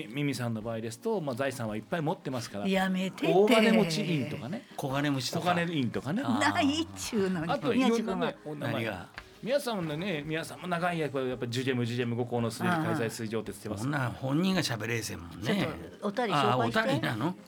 ミミさんの場合ですと、財産はいっぱい持ってますからやめてて大金持ち院とかね小金持ちとか小金院とかねないっちゅうのに。 あといろんなねお名前が皆さんも長い役はやっぱりジュジェム五行のすべて開催水上って言ってます。 そんな本人が喋れせんもんね。 おたり紹介して。 おたりなの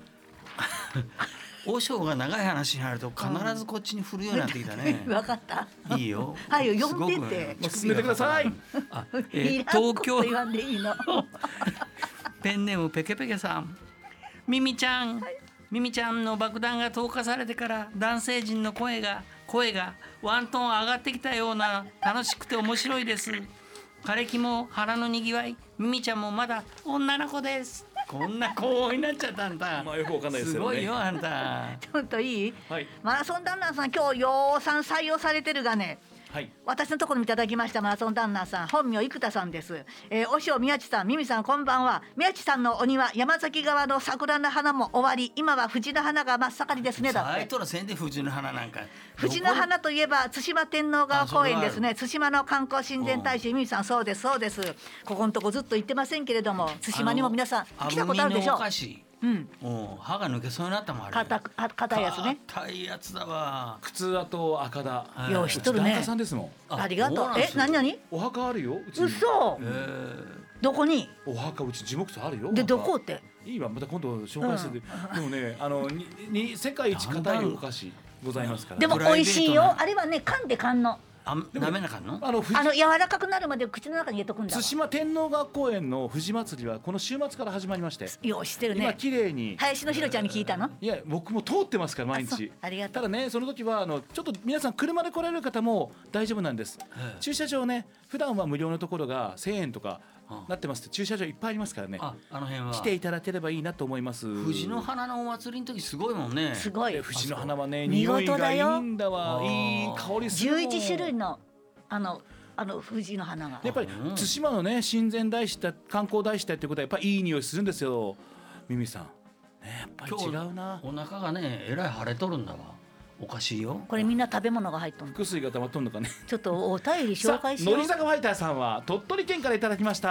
和尚が長い話になると必ずこっちに振るようになってきたね。 分かった。 いいよ。 はい呼んでって。 進めてください。 東京言わんでいいの。 ペンネームペケペケさん。ミミちゃん、ミミちゃんの爆弾が投下されてから男性陣の声がワントーン上がってきたような楽しくて面白いです。枯れ木も腹のにぎわい、ミミちゃんもまだ女の子です。こんな高音になっちゃったんだ。 よくわかんないですよね。 すごいよあんた。 ちょっといい？ はい、 マラソンランナーさん今日ようさん採用されてるがね。はい、私のところにいただきましたマラソンランナーさん本名生田さんです。おしょう宮地さんミミさんこんばんは。宮地さんのお庭山崎側の桜の花も終わり今は藤の花が真っ盛りですね。だってとらせんで藤の花なんか。 藤の花といえば対馬天皇川公園ですね。対馬の観光親善大使ミミさんそうですそうです。ここのとこずっと行ってませんけれども対馬にも皆さん来たことあるでしょう。歯が抜けそうになったもんあれ。 硬いやつね。 硬いやつだわ。 靴跡赤田。 よう知っとるね。 旦那さんですもん。 ありがとう。何？ お墓あるよ。 嘘。どこに？ お墓うち樹木葬あるよ。 でどこって？ いいわまた今度紹介する。でもね世界一硬いお菓子ございますから。 でも美味しいよ。あれはね噛んで噛んの。 ダメなかんの？ 柔らかくなるまで口の中に入れとくんだ。 対馬天皇川公園の藤祭りはこの週末から始まりまして。 よう知ってるね。 今綺麗に。 林のひろちゃんに聞いたの？ いや僕も通ってますから毎日。 ありがとう。 ただねその時はちょっと皆さん車で来られる方も大丈夫なんです。駐車場ね普段は無料のところが1000円とかなってますって駐車場いっぱいありますからね。 あの辺は来ていただければいいなと思います。 藤の花のお祭りの時すごいもんね。 すごい。 藤の花はね匂いがいいんだわ。いい香りする。 11種類の藤の花がやっぱり対馬のね親善大使だ観光大使だってことはやっぱりいい匂いするんですよ。ミミさん、やっぱり違うな。 お腹がねえらい腫れとるんだわ。おかしいよ。 これみんな食べ物が入っとんの。 腹水が溜まっとんのかね。 ちょっとお便り紹介しよう。 乃木坂ファイターさんは鳥取県からいただきました。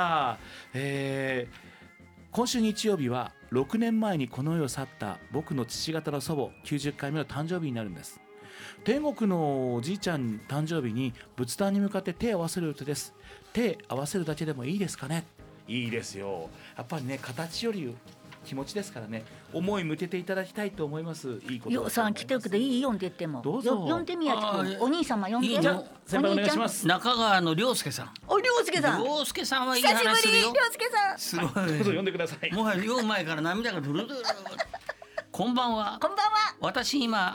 今週日曜日は6年前にこの世を去った僕の父方の祖母90回目の誕生日になるんです。天国のおじいちゃん誕生日に仏壇に向かって手を合わせる予定です。手合わせるだけでもいいですかね。いいですよ。やっぱりね形より気持ちですからね思い向けていただきたいと思います。いいことようさん来てるけどいいよんって言ってもどうぞ呼んでみやきお兄様呼んで。 じゃあ先輩お願いします。 中川の涼介さん。 涼介さん。 涼介さんはいい話するよ。 涼介さん。 すごい。 どうぞ呼んでください。 もはや酔う前から涙がドゥルドゥル。こんばんは。 こんばんは。 私今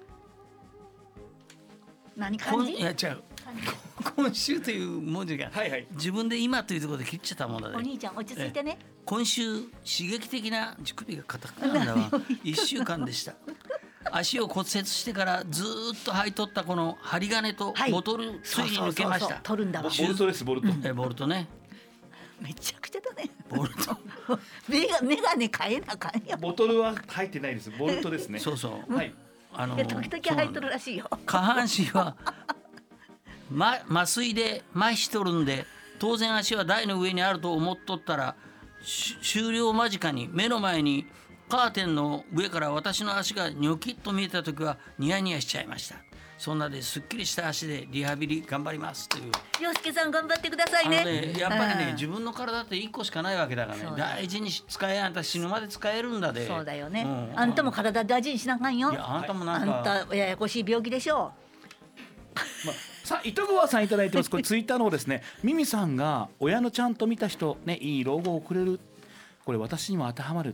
何感じ？ いや違う。今週という文字が自分で今というところで切っちゃったもので。 お兄ちゃん落ち着いてね。 今週刺激的な乳首が硬くなるんだわ。1週間でした。足を骨折してからずっと履いとったこの針金とボトルついに抜けました。 取るんだわ。 ボルトですボルト。 ボルトね。 めちゃくちゃだね。 ボルト。 メガネ変えなあかんや。 ボトルは入ってないです。ボルトですね。 そうそう。 はい。 時々入っとるらしいよ。 下半身は麻酔で麻痺しとるんで当然足は台の上にあると思っとったら終了間近に目の前にカーテンの上から私の足がニョキッと見えた時はニヤニヤしちゃいました。そんなですっきりした足でリハビリ頑張りますという。 陽介さん頑張ってくださいね。 やっぱりね自分の体って1個しかないわけだからね大事に使えあんた死ぬまで使えるんだで。 そうだよね。あんたも体大事にしなあかんよ。 いやあんたもなんかあんたややこしい病気でしょう。 さあ糸川さんいただいてます。これツイッターの方ですね。ミミさんが親のちゃんと見た人ね、いい老後をくれる、これ私にも当てはまるって、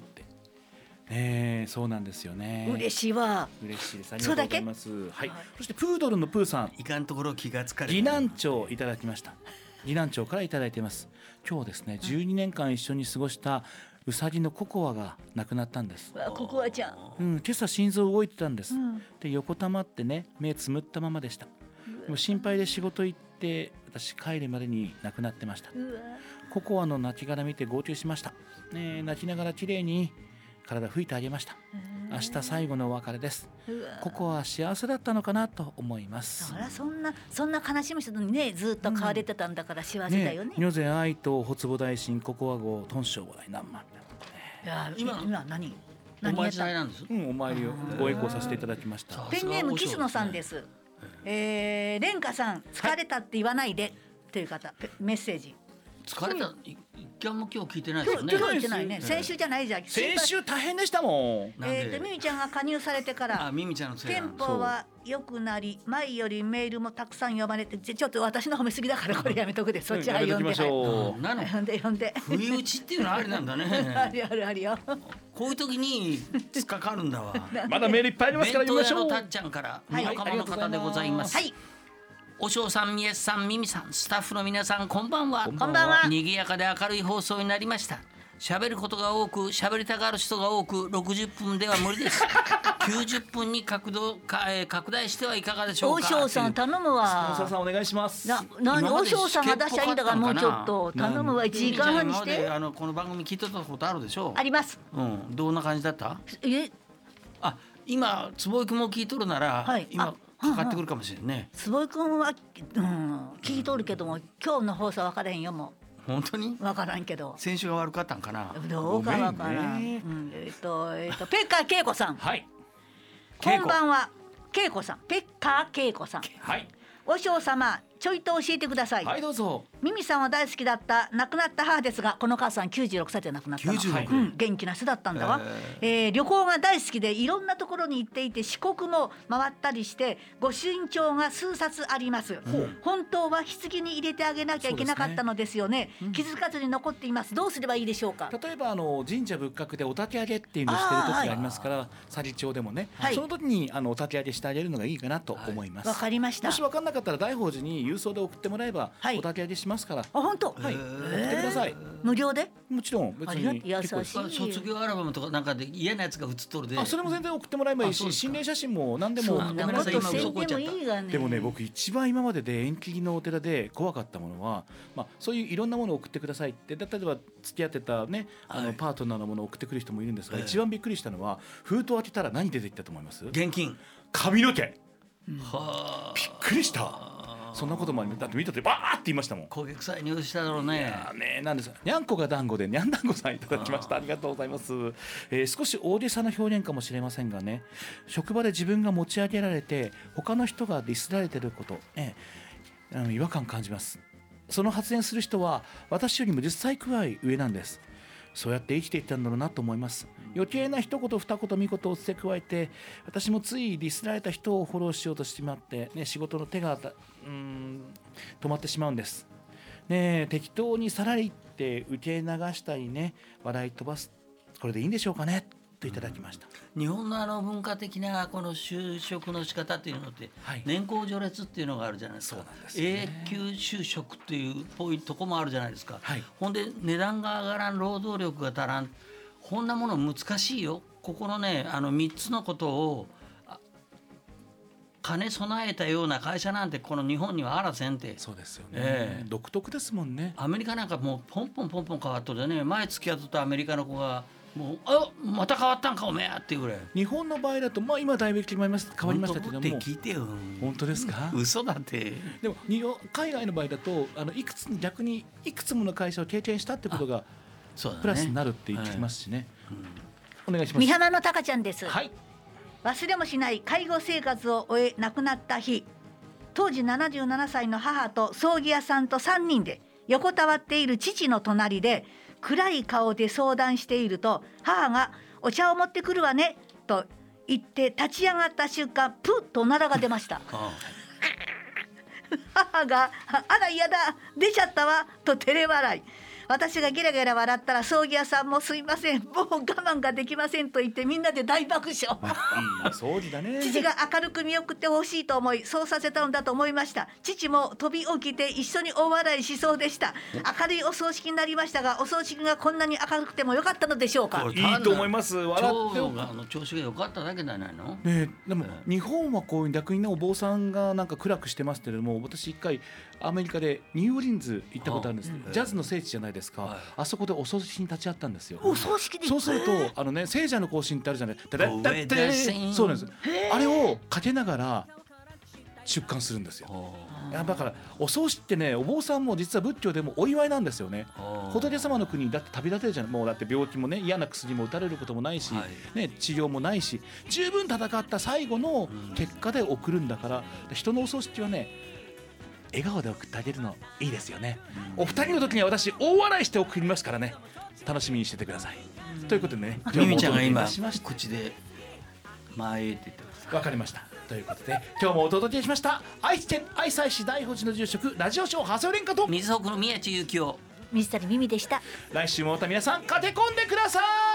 そうなんですよね。 嬉しいわ。 嬉しいです。ありがとうございます。はい。そしてプードルのプーさん、 いかんところ気がつかれる。 岐南町いただきました。岐南町からいただいています。今日ですね、12年間一緒に過ごしたウサギのココアが亡くなったんです。 ココアちゃん、 今朝心臓動いてたんです、で横たまってね、目つむったままでした。もう心配で仕事行って私帰るまでに亡くなってました。ココアの亡骸見て号泣しました、泣きながら綺麗に体拭いてあげました。明日最後のお別れです。ココアは幸せだったのかなと思います。 そんな悲しむ人にね、ずっと飼われてたんだから幸せだよね。 女勢愛とほつぼ大臣ココア号トンショウ話題何万。 いや今何お参りなんです。 お参りをご栄光させていただきました。 ペンネームキスノさんです。レンカさん、疲れたって言わないでという方、メッセージ。 疲れた、一回も今日聞いてないですよね。 今日聞いてないね。先週じゃないじゃん。 先週大変でしたもん。 ミミちゃんが加入されてからミミちゃんのせいテンポは良くなり、前よりメールもたくさん読まれて、ちょっと私の褒めすぎだからこれやめとくで、そっちは読んで。読んで。 不意打ちっていうのはありなんだね。 あるよ。 こういう時に突っかかるんだわ。 まだメールいっぱいありますから読みましょう。 弁当屋のたっちゃんから三岡の方でございます。おしょうさん、みえさん、みみさん、スタッフの皆さん、こんばんは。 こんばんは。 賑やかで明るい放送になりました。喋ることが多く、喋りたがる人が多く、60分では無理です。90分に拡大してはいかがでしょうか。 おしょうさん頼むわ。 スポンサーさんお願いします。 おしょうさんが出しゃいいんだから、もうちょっと頼むわ。1時間半にして。 この番組聞いてたことあるでしょう。 あります。 どんな感じだった？今坪井君も聞いとるなら、今かかってくるかもしれんね。 坪井君は聞いとるけども、今日の放送分からへんよ。もう本当に分からんけど、 先週が悪かったんかな。 どうか分からん。ペッカー恵子さん、 はい、 こんばんは。恵子さん、ペッカー恵子さん、 はい、 お嬢様、ちょいと教えてください。 はい、どうぞ。 ミミさんは大好きだった亡くなった母ですが、この母さん96歳で亡くなったの。元気な人だったんだわ。旅行が大好きでいろんなところに行っていて、四国も回ったりして御朱印帳が数冊あります。本当は棺に入れてあげなきゃいけなかったのですよね。気づかずに残っています。どうすればいいでしょうか。 例えば神社仏閣でお焚き上げっていうのをしてる時がありますから、佐治町でもね、その時にお焚き上げしてあげるのがいいかなと思います。 わかりました。 もし分かんなかったら大宝寺に郵送で送ってもらえばお焚き上げしますから。 本当。 はい、送ってください。 無料で？ もちろん。別に優しい。 卒業アルバムとかなんかで嫌なやつが写っとるで。 それも全然送ってもらえばいいし、心霊写真も何でも。 ごめんなさい、今嘘こいちゃった。 でもね、僕一番今までで縁切りのお寺で怖かったものは、そういういろんなものを送ってくださいって、例えば付き合ってたね、パートナーのものを送ってくる人もいるんですが、一番びっくりしたのは封筒開けたら何出てきたと思います？ 現金。 髪の毛。びっくりした。そんなこともあり、だって見たってバーって言いましたもん。 焦げ臭い匂いしただろうね。 いやね、なんです。にゃんこが団子でにゃん団子さんいただきました。ありがとうございます。少し大げさな表現かもしれませんがね、職場で自分が持ち上げられて他の人がディスられてること、違和感感じます。その発言する人は私よりも10歳くらい上なんです。そうやって生きていったんだろうなと思います。余計な一言二言三言を付け加えて、私もついディスられた人をフォローしようとしてしまって、仕事の手が止まってしまうんです。適当にさらりって受け流したりね、笑い飛ばす、これでいいんでしょうかねといただきました。 日本の文化的なこの就職の仕方っていうのって、年功序列っていうのがあるじゃないですか。永久就職っていうぽいとこもあるじゃないですか。ほんで値段が上がらん、労働力が足らん、こんなもの難しいよ。ここのね、3つのことを兼ね備えたような会社なんてこの日本にはあらせんて。 そうですよね、独特ですもんね。 アメリカなんかもうポンポン変わっとるね。前付き合っとったアメリカの子がもうまた変わったんかおめえっていうぐらい。 日本の場合だと今だいぶ変わりましたけども。 って聞いてよ。 本当ですか？ 嘘だって。 でも海外の場合だと逆にいくつもの会社を経験したってことがプラスになるって言ってきますしね。お願いします。 三浜のたかちゃんです。 はい。 忘れもしない介護生活を終え亡くなった日、当時77歳の母と葬儀屋さんと3人で横たわっている父の隣で暗い顔で相談していると、母がお茶を持ってくるわねと言って立ち上がった瞬間、プッとおならが出ました。 母があら嫌だ出ちゃったわと照れ笑い。私がゲラゲラ笑ったら葬儀屋さんもすいませんもう我慢ができませんと言ってみんなで大爆笑。 葬儀だね。 父が明るく見送ってほしいと思いそうさせたのだと思いました。父も飛び起きて一緒に大笑いしそうでした。明るいお葬式になりましたがお葬式がこんなに明るくてもよかったのでしょうか。 いいと思います。笑って調子が良かっただけじゃないの、 ね、でも日本はこう逆にねお坊さんがなんか暗くしてますけれども、私一回アメリカでニューオーリンズ行ったことあるんです、ジャズの聖地じゃないですか、あそこでお葬式に立ち会ったんですよ。 お葬式でそうするとね聖者の行進ってあるじゃない、そうなんです。あれをかけながら出棺するんですよ。だからお葬式ってねお坊さんも実は仏教でもお祝いなんですよね。仏様の国にだって旅立てるじゃない。もうだって病気もね嫌な薬も打たれることもないし、ね、治療もないし十分戦った最後の結果で送るんだから、人のお葬式はね笑顔で送ってあげるのいいですよね。お二人の時には私大笑いして送りますからね、楽しみにしててください。ということでね、 ミミちゃんが今口で前って言ってます。 わかりました。ということで今日もお届けしました愛知県愛西市大宝寺の住職ラジオショー長谷連歌と水穂区の宮地幸雄、 水谷美美でした。 来週もまた皆さん駆け込んでください。